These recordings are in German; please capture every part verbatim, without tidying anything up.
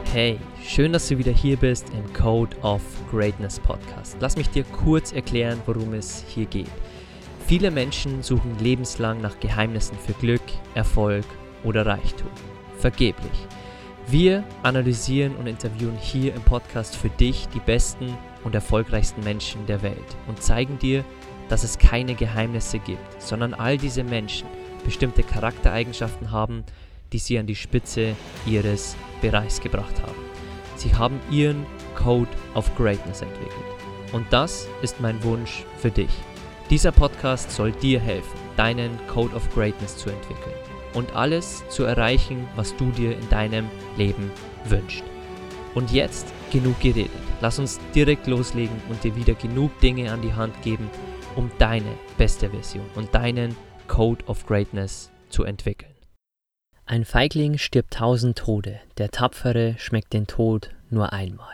Hey, schön, dass du wieder hier bist im Code of Greatness Podcast. Lass mich dir kurz erklären, worum es hier geht. Viele Menschen suchen lebenslang nach Geheimnissen für Glück, Erfolg oder Reichtum. Vergeblich. Wir analysieren und interviewen hier im Podcast für dich die besten und erfolgreichsten Menschen der Welt und zeigen dir, dass es keine Geheimnisse gibt, sondern all diese Menschen bestimmte Charaktereigenschaften haben, die sie an die Spitze ihres Bereichs gebracht haben. Sie haben ihren Code of Greatness entwickelt. Und das ist mein Wunsch für dich. Dieser Podcast soll dir helfen, deinen Code of Greatness zu entwickeln und alles zu erreichen, was du dir in deinem Leben wünschst. Und jetzt genug geredet. Lass uns direkt loslegen und dir wieder genug Dinge an die Hand geben, um deine beste Version und deinen Code of Greatness zu entwickeln. Ein Feigling stirbt tausend Tode, der Tapfere schmeckt den Tod nur einmal.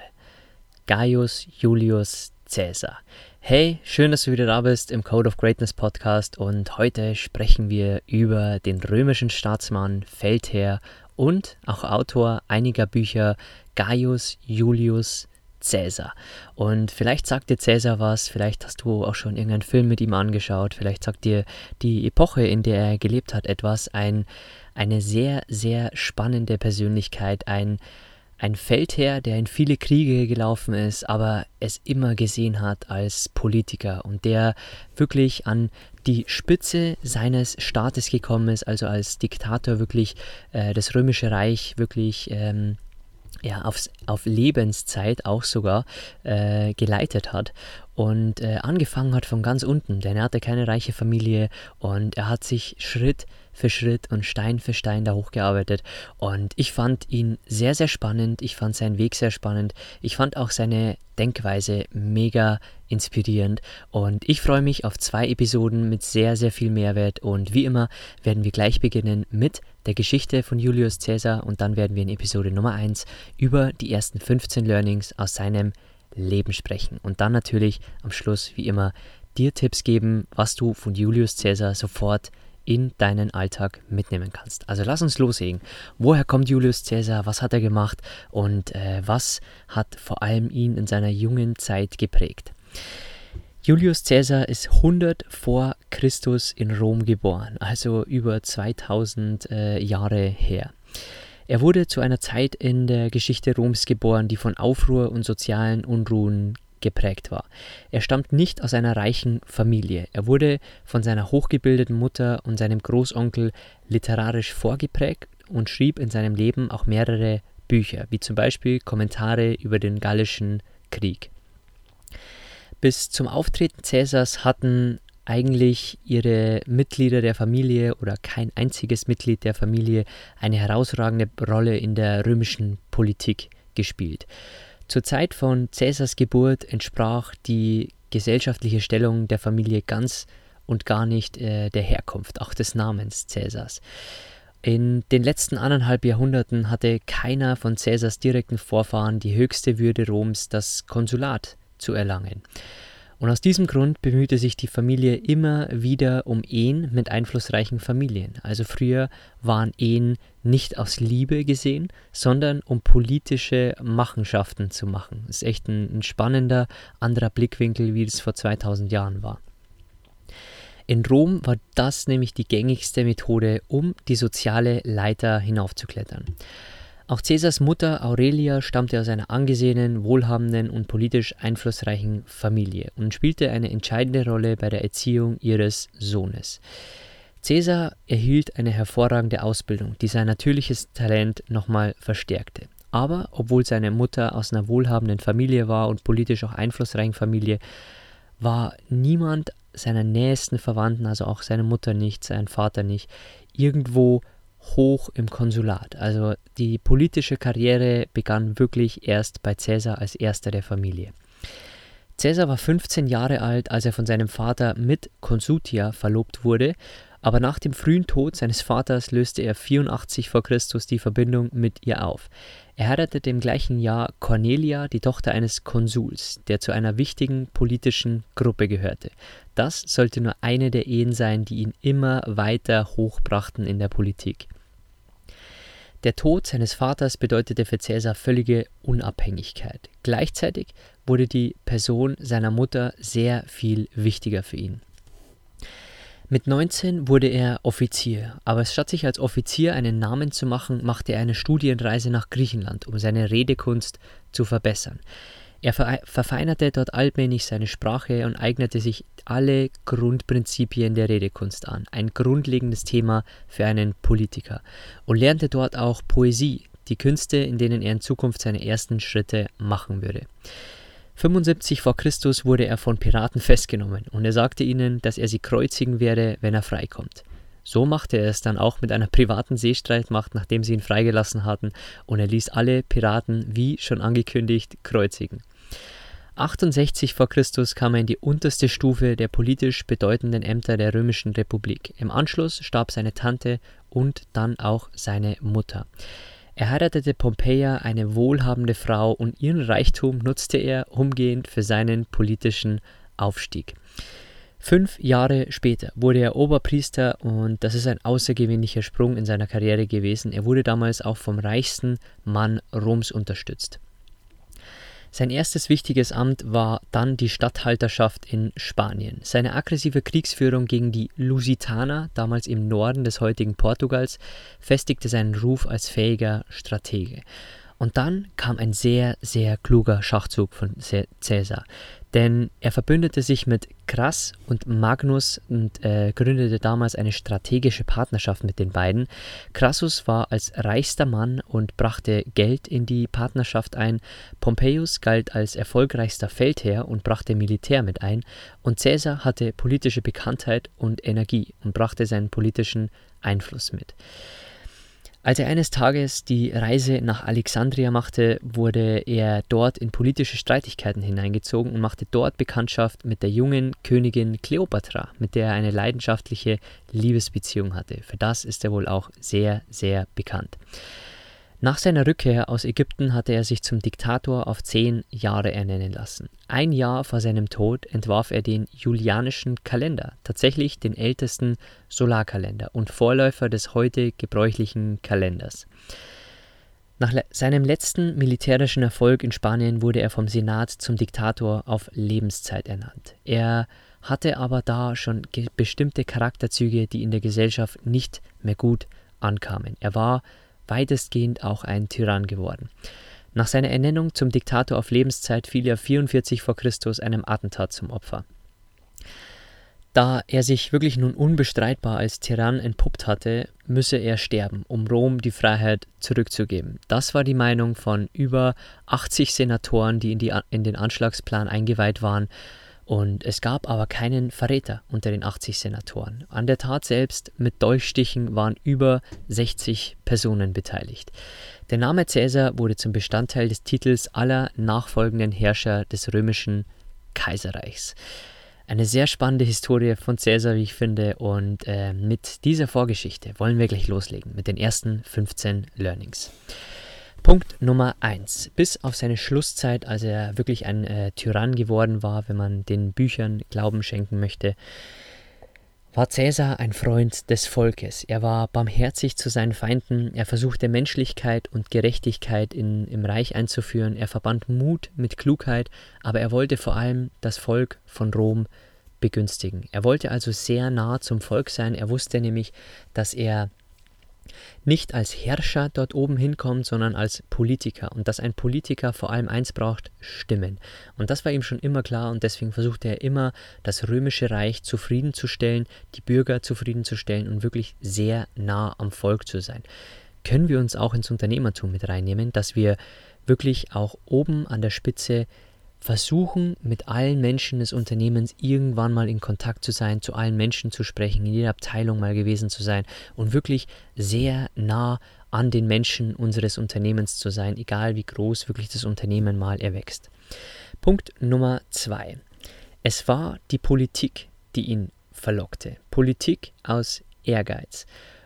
Gaius Julius Caesar. Hey, schön, dass du wieder da bist im Code of Greatness Podcast und heute sprechen wir über den römischen Staatsmann, Feldherr und auch Autor einiger Bücher Gaius Julius Caesar. Und vielleicht sagt dir Caesar was, vielleicht hast du auch schon irgendeinen Film mit ihm angeschaut, vielleicht sagt dir die Epoche, in der er gelebt hat, etwas, ein Eine sehr, sehr spannende Persönlichkeit, ein, ein Feldherr, der in viele Kriege gelaufen ist, aber es immer gesehen hat als Politiker und der wirklich an die Spitze seines Staates gekommen ist, also als Diktator wirklich äh, das Römische Reich wirklich ähm, ja, aufs, auf Lebenszeit auch sogar äh, geleitet hat und äh, angefangen hat von ganz unten, denn er hatte keine reiche Familie und er hat sich Schritt für Schritt und Stein für Stein da hochgearbeitet und ich fand ihn sehr, sehr spannend, ich fand seinen Weg sehr spannend, ich fand auch seine Denkweise mega inspirierend und ich freue mich auf zwei Episoden mit sehr, sehr viel Mehrwert und wie immer werden wir gleich beginnen mit der Geschichte von Julius Caesar und dann werden wir in Episode Nummer eins über die ersten fünfzehn Learnings aus seinem Leben sprechen und dann natürlich am Schluss wie immer dir Tipps geben, was du von Julius Caesar sofort in deinen Alltag mitnehmen kannst. Also lass uns loslegen. Woher kommt Julius Caesar? Was hat er gemacht? Und äh, was hat vor allem ihn in seiner jungen Zeit geprägt? Julius Caesar ist hundert vor Christus in Rom geboren, also über zweitausend äh, Jahre her. Er wurde zu einer Zeit in der Geschichte Roms geboren, die von Aufruhr und sozialen Unruhen geprägt war. Er stammt nicht aus einer reichen Familie. Er wurde von seiner hochgebildeten Mutter und seinem Großonkel literarisch vorgeprägt und schrieb in seinem Leben auch mehrere Bücher, wie zum Beispiel Kommentare über den Gallischen Krieg. Bis zum Auftreten Caesars hatten eigentlich ihre Mitglieder der Familie oder kein einziges Mitglied der Familie eine herausragende Rolle in der römischen Politik gespielt. Zur Zeit von Caesars Geburt entsprach die gesellschaftliche Stellung der Familie ganz und gar nicht äh, der Herkunft, auch des Namens Caesars. In den letzten anderthalb Jahrhunderten hatte keiner von Caesars direkten Vorfahren die höchste Würde Roms, das Konsulat, zu erlangen. Und aus diesem Grund bemühte sich die Familie immer wieder um Ehen mit einflussreichen Familien. Also früher waren Ehen nicht aus Liebe gesehen, sondern um politische Machenschaften zu machen. Das ist echt ein, ein spannender anderer Blickwinkel, wie es vor zweitausend Jahren war. In Rom war das nämlich die gängigste Methode, um die soziale Leiter hinaufzuklettern. Auch Caesars Mutter Aurelia stammte aus einer angesehenen, wohlhabenden und politisch einflussreichen Familie und spielte eine entscheidende Rolle bei der Erziehung ihres Sohnes. Caesar erhielt eine hervorragende Ausbildung, die sein natürliches Talent nochmal verstärkte. Aber obwohl seine Mutter aus einer wohlhabenden Familie war und politisch auch einflussreichen Familie, war niemand seiner nächsten Verwandten, also auch seine Mutter nicht, sein Vater nicht, irgendwo hoch im Konsulat. Also die politische Karriere begann wirklich erst bei Caesar als erster der Familie. Caesar war fünfzehn Jahre alt, als er von seinem Vater mit Consutia verlobt wurde, aber nach dem frühen Tod seines Vaters löste er vierundachtzig vor Christus die Verbindung mit ihr auf. Er heiratete im gleichen Jahr Cornelia, die Tochter eines Konsuls, der zu einer wichtigen politischen Gruppe gehörte. Das sollte nur eine der Ehen sein, die ihn immer weiter hochbrachten in der Politik. Der Tod seines Vaters bedeutete für Caesar völlige Unabhängigkeit. Gleichzeitig wurde die Person seiner Mutter sehr viel wichtiger für ihn. Mit neunzehn wurde er Offizier, aber statt sich als Offizier einen Namen zu machen, machte er eine Studienreise nach Griechenland, um seine Redekunst zu verbessern. Er verfeinerte dort allmählich seine Sprache und eignete sich alle Grundprinzipien der Redekunst an, ein grundlegendes Thema für einen Politiker, und lernte dort auch Poesie, die Künste, in denen er in Zukunft seine ersten Schritte machen würde. fünfundsiebzig vor Christus wurde er von Piraten festgenommen und er sagte ihnen, dass er sie kreuzigen werde, wenn er freikommt. So machte er es dann auch mit einer privaten Seestreitmacht, nachdem sie ihn freigelassen hatten, und er ließ alle Piraten, wie schon angekündigt, kreuzigen. achtundsechzig vor Christus kam er in die unterste Stufe der politisch bedeutenden Ämter der Römischen Republik. Im Anschluss starb seine Tante und dann auch seine Mutter. Er heiratete Pompeia, eine wohlhabende Frau, und ihren Reichtum nutzte er umgehend für seinen politischen Aufstieg. Fünf Jahre später wurde er Oberpriester, und das ist ein außergewöhnlicher Sprung in seiner Karriere gewesen. Er wurde damals auch vom reichsten Mann Roms unterstützt. Sein erstes wichtiges Amt war dann die Statthalterschaft in Spanien. Seine aggressive Kriegsführung gegen die Lusitaner, damals im Norden des heutigen Portugals, festigte seinen Ruf als fähiger Stratege. Und dann kam ein sehr, sehr kluger Schachzug von Caesar, denn er verbündete sich mit Crass und Magnus und äh, gründete damals eine strategische Partnerschaft mit den beiden. Crassus war als reichster Mann und brachte Geld in die Partnerschaft ein. Pompeius galt als erfolgreichster Feldherr und brachte Militär mit ein. Und Caesar hatte politische Bekanntheit und Energie und brachte seinen politischen Einfluss mit. Als er eines Tages die Reise nach Alexandria machte, wurde er dort in politische Streitigkeiten hineingezogen und machte dort Bekanntschaft mit der jungen Königin Kleopatra, mit der er eine leidenschaftliche Liebesbeziehung hatte. Für das ist er wohl auch sehr, sehr bekannt. Nach seiner Rückkehr aus Ägypten hatte er sich zum Diktator auf zehn Jahre ernennen lassen. Ein Jahr vor seinem Tod entwarf er den Julianischen Kalender, tatsächlich den ältesten Solarkalender und Vorläufer des heute gebräuchlichen Kalenders. Nach le- seinem letzten militärischen Erfolg in Spanien wurde er vom Senat zum Diktator auf Lebenszeit ernannt. Er hatte aber da schon ge- bestimmte Charakterzüge, die in der Gesellschaft nicht mehr gut ankamen. Er war weitestgehend auch ein Tyrann geworden. Nach seiner Ernennung zum Diktator auf Lebenszeit fiel er vierundvierzig vor Christus einem Attentat zum Opfer. Da er sich wirklich nun unbestreitbar als Tyrann entpuppt hatte, müsse er sterben, um Rom die Freiheit zurückzugeben. Das war die Meinung von über achtzig Senatoren, die in, die, in den Anschlagsplan eingeweiht waren. Und es gab aber keinen Verräter unter den achtzig Senatoren. An der Tat selbst mit Dolchstichen waren über sechzig Personen beteiligt. Der Name Caesar wurde zum Bestandteil des Titels aller nachfolgenden Herrscher des römischen Kaiserreichs. Eine sehr spannende Historie von Caesar, wie ich finde, und äh, mit dieser Vorgeschichte wollen wir gleich loslegen mit den ersten fünfzehn Learnings. Punkt Nummer eins. Bis auf seine Schlusszeit, als er wirklich ein äh, Tyrann geworden war, wenn man den Büchern Glauben schenken möchte, war Caesar ein Freund des Volkes. Er war barmherzig zu seinen Feinden, er versuchte Menschlichkeit und Gerechtigkeit in, im Reich einzuführen, er verband Mut mit Klugheit, aber er wollte vor allem das Volk von Rom begünstigen. Er wollte also sehr nah zum Volk sein, er wusste nämlich, dass er nicht als Herrscher dort oben hinkommt, sondern als Politiker. Und dass ein Politiker vor allem eins braucht, Stimmen. Und das war ihm schon immer klar und deswegen versuchte er immer, das römische Reich zufriedenzustellen, die Bürger zufriedenzustellen und wirklich sehr nah am Volk zu sein. Können wir uns auch ins Unternehmertum mit reinnehmen, dass wir wirklich auch oben an der Spitze versuchen, mit allen Menschen des Unternehmens irgendwann mal in Kontakt zu sein, zu allen Menschen zu sprechen, in jeder Abteilung mal gewesen zu sein und wirklich sehr nah an den Menschen unseres Unternehmens zu sein, egal wie groß wirklich das Unternehmen mal erwächst. Punkt Nummer zwei. Es war die Politik, die ihn verlockte. Politik aus Ehrgeiz.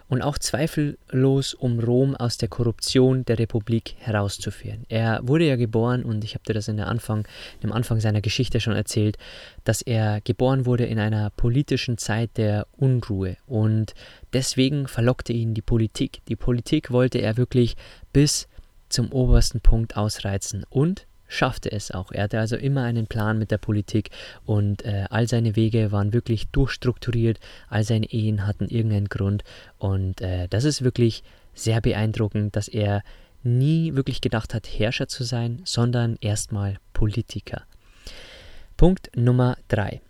und auch zweifellos, um Rom aus der Korruption der Republik herauszuführen. Er wurde ja geboren, und ich habe dir das in der Anfang, im Anfang seiner Geschichte schon erzählt, dass er geboren wurde in einer politischen Zeit der Unruhe, und deswegen verlockte ihn die Politik. Die Politik wollte er wirklich bis zum obersten Punkt ausreizen und schaffte es auch. Er hatte also immer einen Plan mit der Politik, und äh, all seine Wege waren wirklich durchstrukturiert, all seine Ehen hatten irgendeinen Grund, und äh, das ist wirklich sehr beeindruckend, dass er nie wirklich gedacht hat, Herrscher zu sein, sondern erstmal Politiker. Punkt Nummer drei.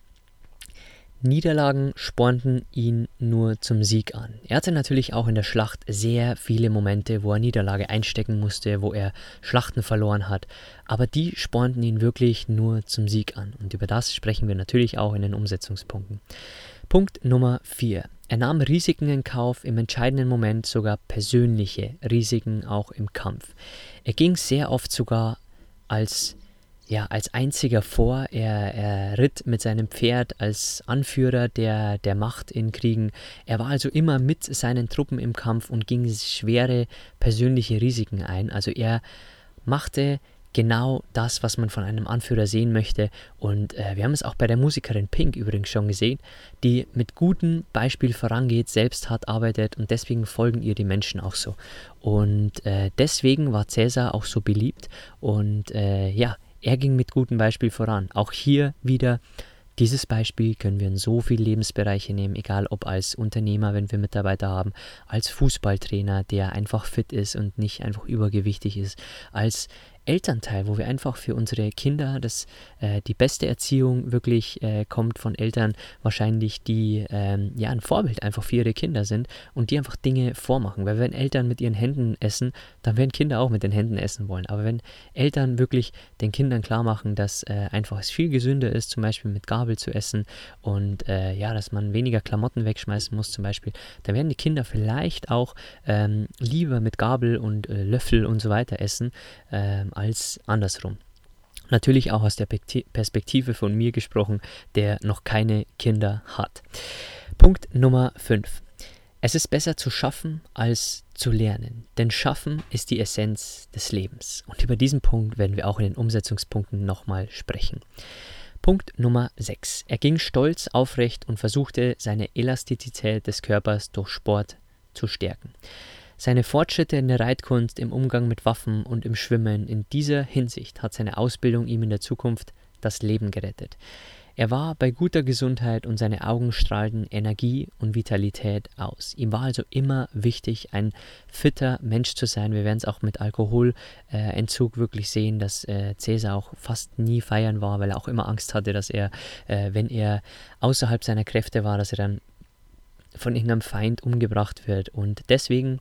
Niederlagen spornten ihn nur zum Sieg an. Er hatte natürlich auch in der Schlacht sehr viele Momente, wo er Niederlage einstecken musste, wo er Schlachten verloren hat, aber die spornten ihn wirklich nur zum Sieg an, und über das sprechen wir natürlich auch in den Umsetzungspunkten. Punkt Nummer vier. Er nahm Risiken in Kauf, im entscheidenden Moment sogar persönliche Risiken auch im Kampf. Er ging sehr oft sogar als Ja, als einziger vor. Er, er ritt mit seinem Pferd als Anführer der, der Macht in Kriegen. Er war also immer mit seinen Truppen im Kampf und ging schwere persönliche Risiken ein. Also er machte genau das, was man von einem Anführer sehen möchte. Und äh, wir haben es auch bei der Musikerin Pink übrigens schon gesehen, die mit gutem Beispiel vorangeht, selbst hart arbeitet, und deswegen folgen ihr die Menschen auch so. Und äh, deswegen war Cäsar auch so beliebt, und äh, ja, er ging mit gutem Beispiel voran. Auch hier wieder, dieses Beispiel können wir in so viele Lebensbereiche nehmen, egal ob als Unternehmer, wenn wir Mitarbeiter haben, als Fußballtrainer, der einfach fit ist und nicht einfach übergewichtig ist, als Elternteil, wo wir einfach für unsere Kinder, das, äh, die beste Erziehung wirklich äh, kommt von Eltern, wahrscheinlich die ähm, ja ein Vorbild einfach für ihre Kinder sind und die einfach Dinge vormachen. Weil wenn Eltern mit ihren Händen essen, dann werden Kinder auch mit den Händen essen wollen. Aber wenn Eltern wirklich den Kindern klar machen, dass äh, einfach es viel gesünder ist, zum Beispiel mit Gabel zu essen, und äh, ja, dass man weniger Klamotten wegschmeißen muss zum Beispiel, dann werden die Kinder vielleicht auch ähm, lieber mit Gabel und äh, Löffel und so weiter essen, ähm, als andersrum. Natürlich auch aus der Perspektive von mir gesprochen, der noch keine Kinder hat. Punkt Nummer fünf. Es ist besser zu schaffen als zu lernen, denn Schaffen ist die Essenz des Lebens. Und über diesen Punkt werden wir auch in den Umsetzungspunkten nochmal sprechen. Punkt Nummer sechs. Er ging stolz aufrecht und versuchte, seine Elastizität des Körpers durch Sport zu stärken. Seine Fortschritte in der Reitkunst, im Umgang mit Waffen und im Schwimmen, in dieser Hinsicht hat seine Ausbildung ihm in der Zukunft das Leben gerettet. Er war bei guter Gesundheit und seine Augen strahlten Energie und Vitalität aus. Ihm war also immer wichtig, ein fitter Mensch zu sein. Wir werden es auch mit Alkoholentzug äh, wirklich sehen, dass äh, Cäsar auch fast nie feiern war, weil er auch immer Angst hatte, dass er, äh, wenn er außerhalb seiner Kräfte war, dass er dann von irgendeinem Feind umgebracht wird. Und deswegen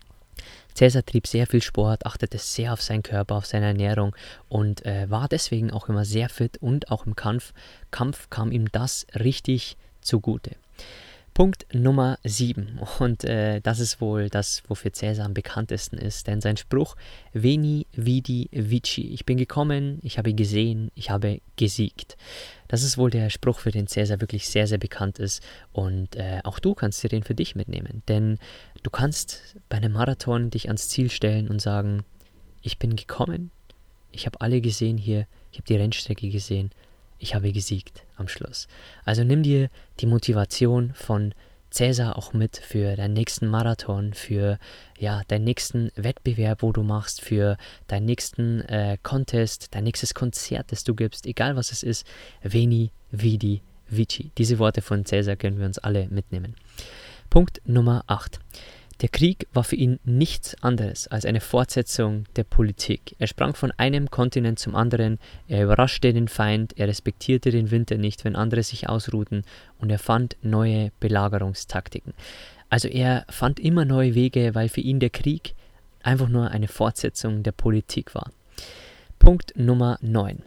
Cäsar trieb sehr viel Sport, achtete sehr auf seinen Körper, auf seine Ernährung und äh, war deswegen auch immer sehr fit, und auch im Kampf, Kampf kam ihm das richtig zugute. Punkt Nummer sieben, und äh, das ist wohl das, wofür Cäsar am bekanntesten ist, denn sein Spruch Veni, Vidi, Vici, ich bin gekommen, ich habe gesehen, ich habe gesiegt. Das ist wohl der Spruch, für den Cäsar wirklich sehr, sehr bekannt ist, und äh, auch du kannst dir den für dich mitnehmen, denn du kannst bei einem Marathon dich ans Ziel stellen und sagen, ich bin gekommen, ich habe alle gesehen hier, ich habe die Rennstrecke gesehen, ich habe gesiegt am Schluss. Also nimm dir die Motivation von Cäsar auch mit für deinen nächsten Marathon, für ja, deinen nächsten Wettbewerb, wo du machst, für deinen nächsten äh, Contest, dein nächstes Konzert, das du gibst, egal was es ist. Veni, Vidi, Vici. Diese Worte von Cäsar können wir uns alle mitnehmen. Punkt Nummer acht. Der Krieg war für ihn nichts anderes als eine Fortsetzung der Politik. Er sprang von einem Kontinent zum anderen, er überraschte den Feind, er respektierte den Winter nicht, wenn andere sich ausruhten, und er fand neue Belagerungstaktiken. Also er fand immer neue Wege, weil für ihn der Krieg einfach nur eine Fortsetzung der Politik war. Punkt Nummer neun.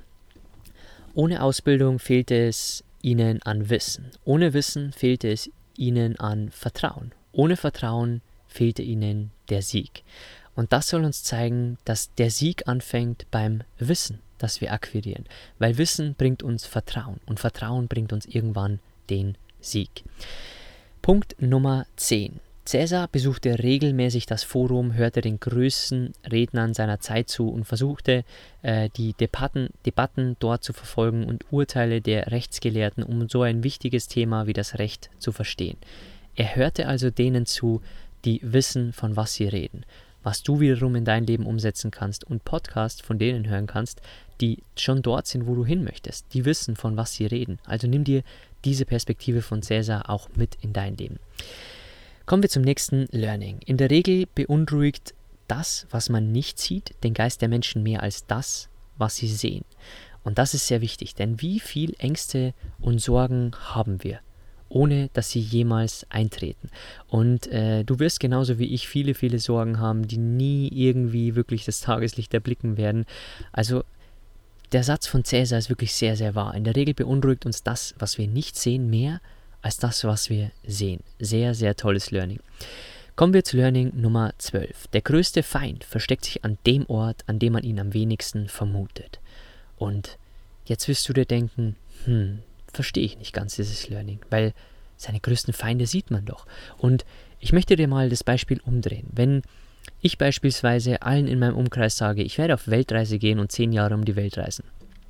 Ohne Ausbildung fehlte es ihnen an Wissen. Ohne Wissen fehlte es ihnen an Vertrauen. Ohne Vertrauen fehlte ihnen der Sieg. Und das soll uns zeigen, dass der Sieg anfängt beim Wissen, das wir akquirieren. Weil Wissen bringt uns Vertrauen, und Vertrauen bringt uns irgendwann den Sieg. Punkt Nummer zehn. Cäsar besuchte regelmäßig das Forum, hörte den größten Rednern seiner Zeit zu und versuchte, äh, die Debatten, Debatten dort zu verfolgen und Urteile der Rechtsgelehrten, um so ein wichtiges Thema wie das Recht zu verstehen. Er hörte also denen zu, die wissen, von was sie reden, was du wiederum in dein Leben umsetzen kannst und Podcasts von denen hören kannst, die schon dort sind, wo du hin möchtest. Die wissen, von was sie reden. Also nimm dir diese Perspektive von Cäsar auch mit in dein Leben. Kommen wir zum nächsten Learning. In der Regel beunruhigt das, was man nicht sieht, den Geist der Menschen mehr als das, was sie sehen. Und das ist sehr wichtig, denn wie viel Ängste und Sorgen haben wir, ohne dass sie jemals eintreten. Und äh, du wirst genauso wie ich viele, viele Sorgen haben, die nie irgendwie wirklich das Tageslicht erblicken werden. Also der Satz von Cäsar ist wirklich sehr, sehr wahr. In der Regel beunruhigt uns das, was wir nicht sehen, mehr als das, was wir sehen. Sehr, sehr tolles Learning. Kommen wir zu Learning Nummer zwölf. Der größte Feind versteckt sich an dem Ort, an dem man ihn am wenigsten vermutet. Und jetzt wirst du dir denken, hm, verstehe ich nicht ganz dieses Learning, weil seine größten Feinde sieht man doch. Und ich möchte dir mal das Beispiel umdrehen. Wenn ich beispielsweise allen in meinem Umkreis sage, ich werde auf Weltreise gehen und zehn Jahre um die Welt reisen,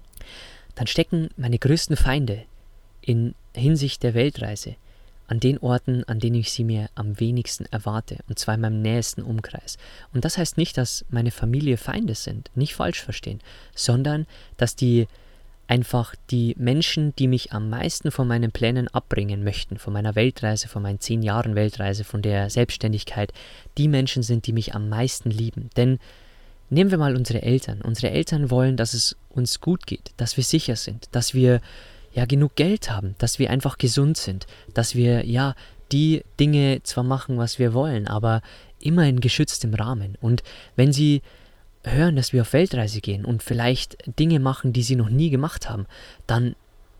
dann stecken meine größten Feinde in Hinsicht der Weltreise an den Orten, an denen ich sie mir am wenigsten erwarte, und zwar in meinem nächsten Umkreis. Und das heißt nicht, dass meine Familie Feinde sind, nicht falsch verstehen, sondern dass die einfach die Menschen, die mich am meisten von meinen Plänen abbringen möchten, von meiner Weltreise, von meinen zehn Jahren Weltreise, von der Selbstständigkeit, die Menschen sind, die mich am meisten lieben. Denn nehmen wir mal unsere Eltern. Unsere Eltern wollen, dass es uns gut geht, dass wir sicher sind, dass wir ja genug Geld haben, dass wir einfach gesund sind, dass wir ja die Dinge zwar machen, was wir wollen, aber immer in geschütztem Rahmen. Und wenn sie hören, dass wir auf Weltreise gehen und vielleicht Dinge machen, die sie noch nie gemacht haben, dann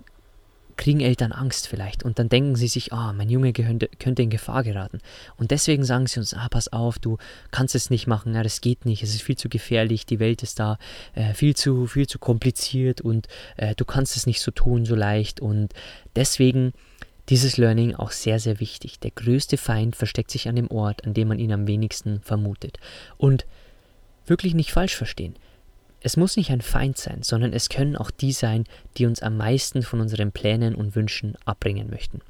kriegen Eltern Angst vielleicht und dann denken sie sich, ah, oh, mein Junge könnte, könnte in Gefahr geraten. Und deswegen sagen sie uns, ah, pass auf, du kannst es nicht machen, ja, das geht nicht, es ist viel zu gefährlich, die Welt ist da äh, viel zu, viel zu kompliziert und äh, du kannst es nicht so tun, so leicht. Und deswegen dieses Learning auch sehr, sehr wichtig. Der größte Feind versteckt sich an dem Ort, an dem man ihn am wenigsten vermutet. Und wirklich nicht falsch verstehen. Es muss nicht ein Feind sein, sondern es können auch die sein, die uns am meisten von unseren Plänen und Wünschen abbringen möchten.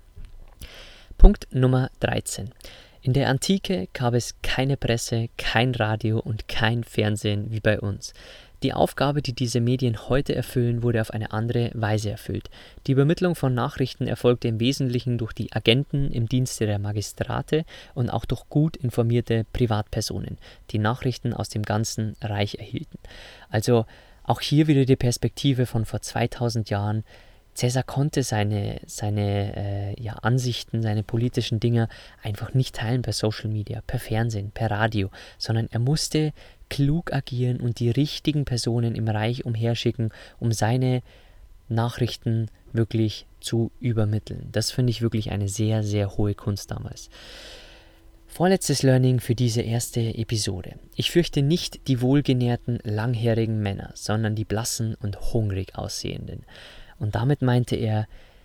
Punkt Nummer dreizehn. In der Antike gab es keine Presse, kein Radio und kein Fernsehen wie bei uns. Die Aufgabe, die diese Medien heute erfüllen, wurde auf eine andere Weise erfüllt. Die Übermittlung von Nachrichten erfolgte im Wesentlichen durch die Agenten im Dienste der Magistrate und auch durch gut informierte Privatpersonen, die Nachrichten aus dem ganzen Reich erhielten. Also auch hier wieder die Perspektive von vor zweitausend Jahren. Cäsar konnte seine, seine äh, ja, Ansichten, seine politischen Dinge einfach nicht teilen per Social Media, per Fernsehen, per Radio, sondern er musste klug agieren und die richtigen Personen im Reich umherschicken, um seine Nachrichten wirklich zu übermitteln. Das finde ich wirklich eine sehr, sehr hohe Kunst damals. Vorletztes Learning für diese erste Episode. Ich fürchte nicht die wohlgenährten, langhaarigen Männer, sondern die blassen und hungrig aussehenden. Und damit meinte er,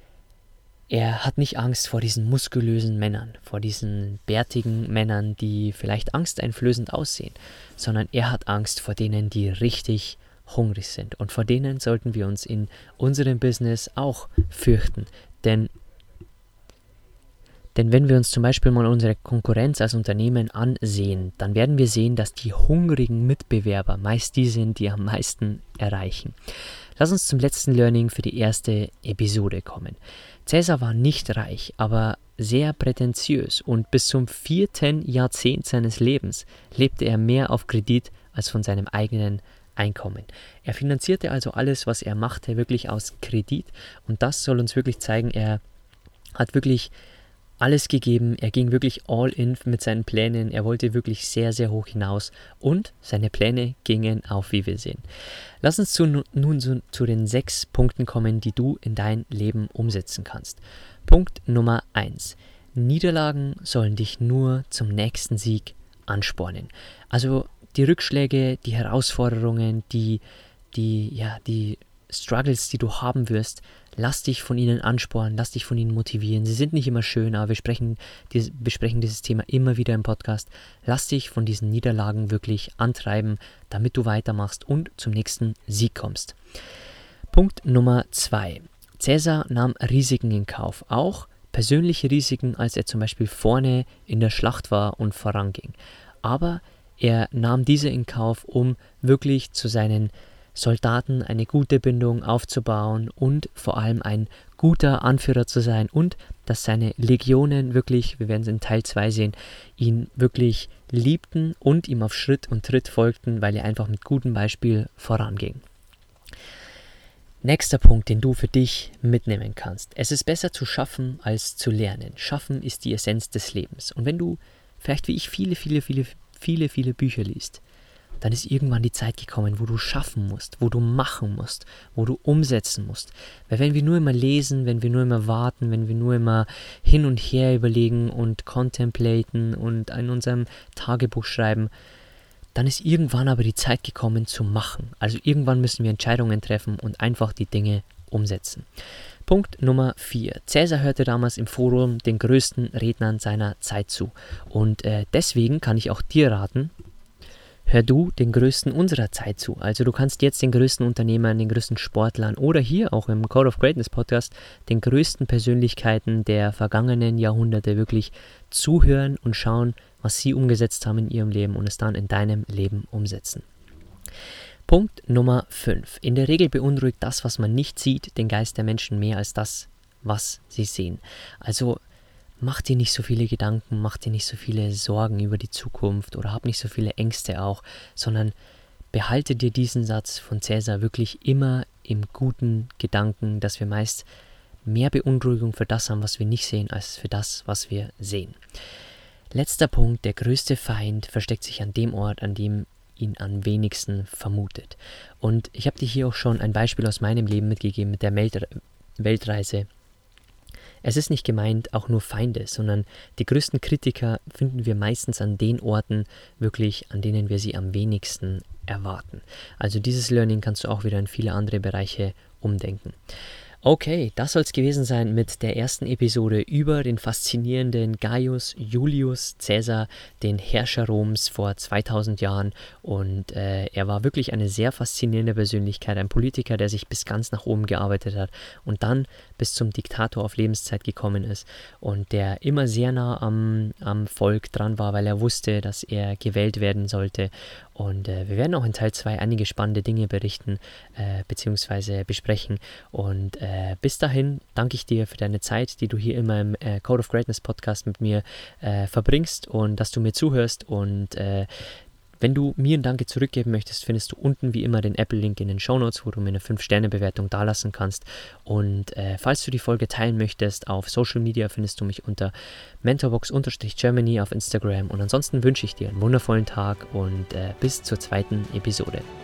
er hat nicht Angst vor diesen muskulösen Männern, vor diesen bärtigen Männern, die vielleicht angsteinflößend aussehen, sondern er hat Angst vor denen, die richtig hungrig sind. Und vor denen sollten wir uns in unserem Business auch fürchten. Denn, denn wenn wir uns zum Beispiel mal unsere Konkurrenz als Unternehmen ansehen, dann werden wir sehen, dass die hungrigen Mitbewerber meist die sind, die am meisten erreichen. Lass uns zum letzten Learning für die erste Episode kommen. Cäsar war nicht reich, aber sehr prätentiös und bis zum vierten Jahrzehnt seines Lebens lebte er mehr auf Kredit als von seinem eigenen Einkommen. Er finanzierte also alles, was er machte, wirklich aus Kredit und das soll uns wirklich zeigen, er hat wirklich alles gegeben, er ging wirklich all in mit seinen Plänen, er wollte wirklich sehr, sehr hoch hinaus und seine Pläne gingen auf, wie wir sehen. Lass uns zu, nun zu, zu den sechs Punkten kommen, die du in dein Leben umsetzen kannst. Punkt Nummer eins. Niederlagen sollen dich nur zum nächsten Sieg anspornen. Also die Rückschläge, die Herausforderungen, die, die, ja, die Struggles, die du haben wirst, lass dich von ihnen anspornen, lass dich von ihnen motivieren. Sie sind nicht immer schön, aber wir sprechen, wir besprechen dieses Thema immer wieder im Podcast. Lass dich von diesen Niederlagen wirklich antreiben, damit du weitermachst und zum nächsten Sieg kommst. Punkt Nummer zwei. Cäsar nahm Risiken in Kauf, auch persönliche Risiken, als er zum Beispiel vorne in der Schlacht war und voranging. Aber er nahm diese in Kauf, um wirklich zu seinen Soldaten eine gute Bindung aufzubauen und vor allem ein guter Anführer zu sein und dass seine Legionen wirklich, wir werden es in Teil zwei sehen, ihn wirklich liebten und ihm auf Schritt und Tritt folgten, weil er einfach mit gutem Beispiel voranging. Nächster Punkt, den du für dich mitnehmen kannst. Es ist besser zu schaffen als zu lernen. Schaffen ist die Essenz des Lebens. Und wenn du vielleicht wie ich viele, viele, viele, viele, viele Bücher liest, dann ist irgendwann die Zeit gekommen, wo du schaffen musst, wo du machen musst, wo du umsetzen musst. Weil wenn wir nur immer lesen, wenn wir nur immer warten, wenn wir nur immer hin und her überlegen und contemplaten und in unserem Tagebuch schreiben, dann ist irgendwann aber die Zeit gekommen zu machen. Also irgendwann müssen wir Entscheidungen treffen und einfach die Dinge umsetzen. Punkt Nummer vier. Cäsar hörte damals im Forum den größten Rednern seiner Zeit zu. Und äh, deswegen kann ich auch dir raten, hör du den größten unserer Zeit zu. Also du kannst jetzt den größten Unternehmern, den größten Sportlern oder hier auch im Code of Greatness Podcast den größten Persönlichkeiten der vergangenen Jahrhunderte wirklich zuhören und schauen, was sie umgesetzt haben in ihrem Leben und es dann in deinem Leben umsetzen. Punkt Nummer fünf. In der Regel beunruhigt das, was man nicht sieht, den Geist der Menschen mehr als das, was sie sehen. Also mach dir nicht so viele Gedanken, mach dir nicht so viele Sorgen über die Zukunft oder hab nicht so viele Ängste auch, sondern behalte dir diesen Satz von Cäsar wirklich immer im guten Gedanken, dass wir meist mehr Beunruhigung für das haben, was wir nicht sehen, als für das, was wir sehen. Letzter Punkt, der größte Feind versteckt sich an dem Ort, an dem ihn am wenigsten vermutet. Und ich habe dir hier auch schon ein Beispiel aus meinem Leben mitgegeben mit der Weltreise. Es ist nicht gemeint auch nur Feinde, sondern die größten Kritiker finden wir meistens an den Orten wirklich, an denen wir sie am wenigsten erwarten. Also dieses Learning kannst du auch wieder in viele andere Bereiche umdenken. Okay, das soll es gewesen sein mit der ersten Episode über den faszinierenden Gaius Julius Caesar, den Herrscher Roms vor zweitausend Jahren. Und äh, er war wirklich eine sehr faszinierende Persönlichkeit, ein Politiker, der sich bis ganz nach oben gearbeitet hat und dann bis zum Diktator auf Lebenszeit gekommen ist und der immer sehr nah am, am Volk dran war, weil er wusste, dass er gewählt werden sollte. Und äh, wir werden auch in Teil zwei einige spannende Dinge berichten äh, bzw. besprechen. Und äh, bis dahin danke ich dir für deine Zeit, die du hier immer im äh, Code of Greatness Podcast mit mir äh, verbringst und dass du mir zuhörst. Und äh, wenn du mir ein Danke zurückgeben möchtest, findest du unten wie immer den Apple-Link in den Shownotes, wo du mir eine fünf Sterne Bewertung dalassen kannst. Und äh, falls du die Folge teilen möchtest, auf Social Media findest du mich unter mentorbox-Germany auf Instagram. Und ansonsten wünsche ich dir einen wundervollen Tag und äh, bis zur zweiten Episode.